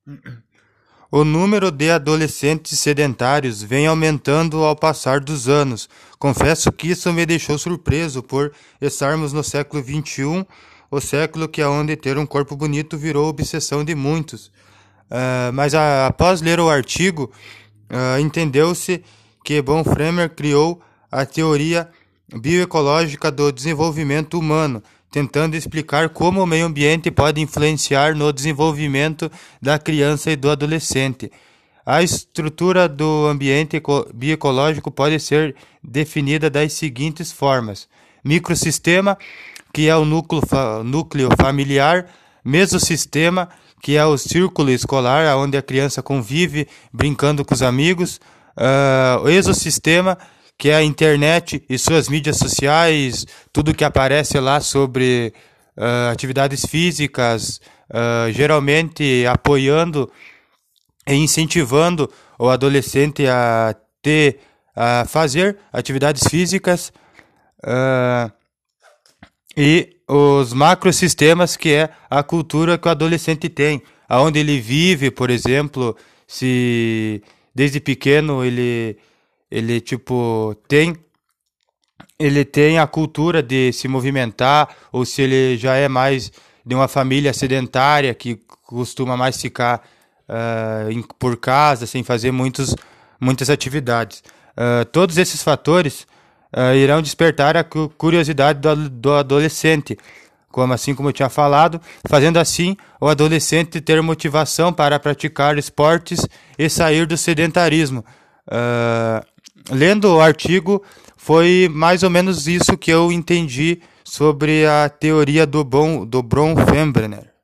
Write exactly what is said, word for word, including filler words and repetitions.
O número de adolescentes sedentários vem aumentando ao passar dos anos. Confesso que isso me deixou surpreso por estarmos no século vinte e um, o século que é onde ter um corpo bonito virou obsessão de muitos. Uh, mas a, após ler o artigo, uh, entendeu-se que Bonfremer criou a teoria bioecológica do desenvolvimento humano, tentando explicar como o meio ambiente pode influenciar no desenvolvimento da criança e do adolescente. A estrutura do ambiente bioecológico pode ser definida das seguintes formas: microsistema, que é o núcleo, fa- núcleo familiar; mesossistema, que é o círculo escolar, onde a criança convive brincando com os amigos; uh, o exossistema, que é a internet e suas mídias sociais, tudo que aparece lá sobre uh, atividades físicas, uh, geralmente apoiando e incentivando o adolescente a ter, a fazer atividades físicas, uh, e os macrosistemas, que é a cultura que o adolescente tem, aonde ele vive, por exemplo, se desde pequeno ele ele tipo tem ele tem a cultura de se movimentar, ou se ele já é mais de uma família sedentária que costuma mais ficar uh, em, por casa sem fazer muitos, muitas atividades. Uh, todos esses fatores uh, irão despertar a cu- curiosidade do, do adolescente, como assim como eu tinha falado, fazendo assim o adolescente ter motivação para praticar esportes e sair do sedentarismo. Uh, lendo o artigo, foi mais ou menos isso que eu entendi sobre a teoria do, bon, do Bronfenbrenner.